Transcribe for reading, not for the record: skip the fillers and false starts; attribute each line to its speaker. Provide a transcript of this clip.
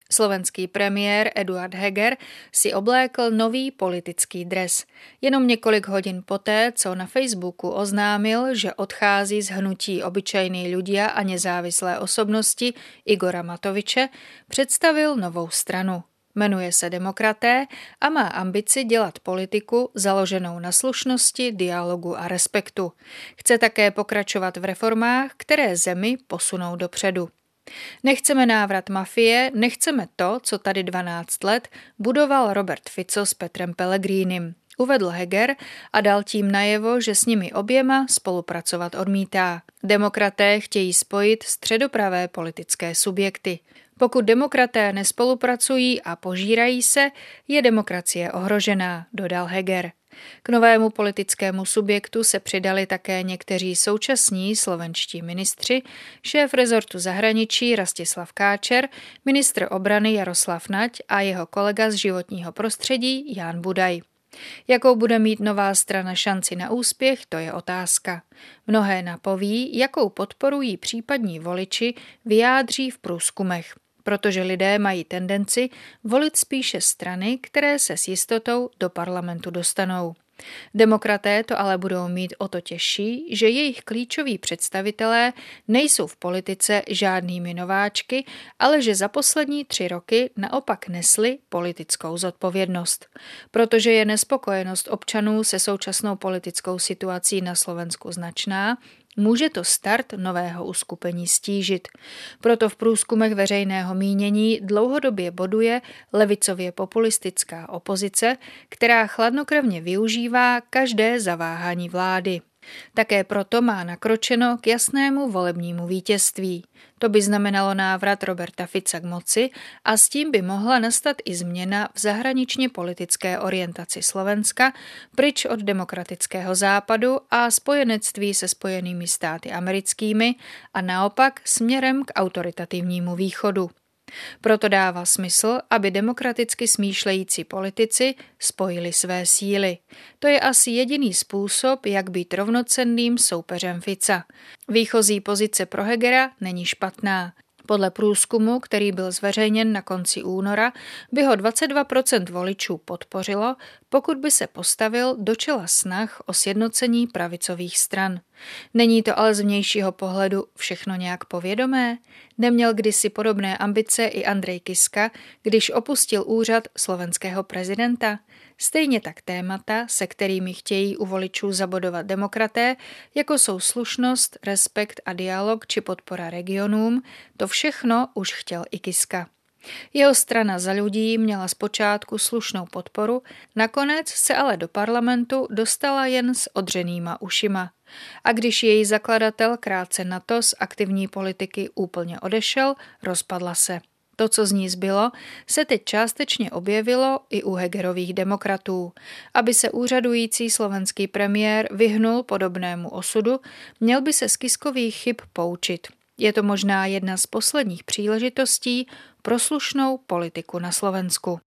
Speaker 1: Slovenský premiér Eduard Heger si oblékl nový politický dres. Jenom několik hodin poté, co na Facebooku oznámil, že odchází z hnutí Obyčajní ľudia a nezávislé osobnosti Igora Matoviče, představil novou stranu. Jmenuje se Demokraté a má ambici dělat politiku založenou na slušnosti, dialogu a respektu. Chce také pokračovat v reformách, které zemi posunou dopředu. Nechceme návrat mafie, nechceme to, co tady 12 let budoval Robert Fico s Petrem Pellegrinim, uvedl Heger a dal tím najevo, že s nimi oběma spolupracovat odmítá. Demokraté chtějí spojit středopravé politické subjekty. Pokud demokraté nespolupracují a požírají se, je demokracie ohrožená, dodal Heger. K novému politickému subjektu se přidali také někteří současní slovenští ministři, šéf rezortu zahraničí Rastislav Káčer, ministr obrany Jaroslav Nať a jeho kolega z životního prostředí Ján Budaj. Jakou bude mít nová strana šanci na úspěch, to je otázka. Mnohé napoví, jakou podporu jí případní voliči vyjádří v průzkumech, protože lidé mají tendenci volit spíše strany, které se s jistotou do parlamentu dostanou. Demokraté to ale budou mít o to těžší, že jejich klíčoví představitelé nejsou v politice žádnými nováčky, ale že za poslední 3 roky naopak nesli politickou zodpovědnost. Protože je nespokojenost občanů se současnou politickou situací na Slovensku značná, může to start nového uskupení stížit. Proto v průzkumech veřejného mínění dlouhodobě boduje levicově populistická opozice, která chladnokrevně využívá každé zaváhání vlády. Také proto má nakročeno k jasnému volebnímu vítězství. To by znamenalo návrat Roberta Fica k moci a s tím by mohla nastat i změna v zahraničně politické orientaci Slovenska pryč od demokratického západu a spojenectví se Spojenými státy americkými a naopak směrem k autoritativnímu východu. Proto dává smysl, aby demokraticky smýšlející politici spojili své síly. To je asi jediný způsob, jak být rovnocenným soupeřem Fica. Výchozí pozice pro Hegera není špatná. Podle průzkumu, který byl zveřejněn na konci února, by ho 22% voličů podpořilo, pokud by se postavil do čela snah o sjednocení pravicových stran. Není to ale z vnějšího pohledu všechno nějak povědomé? Neměl kdysi podobné ambice i Andrej Kiska, když opustil úřad slovenského prezidenta? Stejně tak témata, se kterými chtějí u voličů zabodovat demokraté, jako jsou slušnost, respekt a dialog či podpora regionům, to všechno už chtěl i Kiska. Jeho strana Za ľudí měla zpočátku slušnou podporu, nakonec se ale do parlamentu dostala jen s odřenýma ušima. A když její zakladatel krátce na to z aktivní politiky úplně odešel, rozpadla se. To, co z ní zbylo, se teď částečně objevilo i u Hegerových demokratů. Aby se úřadující slovenský premiér vyhnul podobnému osudu, měl by se z Kiskových chyb poučit. Je to možná jedna z posledních příležitostí pro slušnou politiku na Slovensku.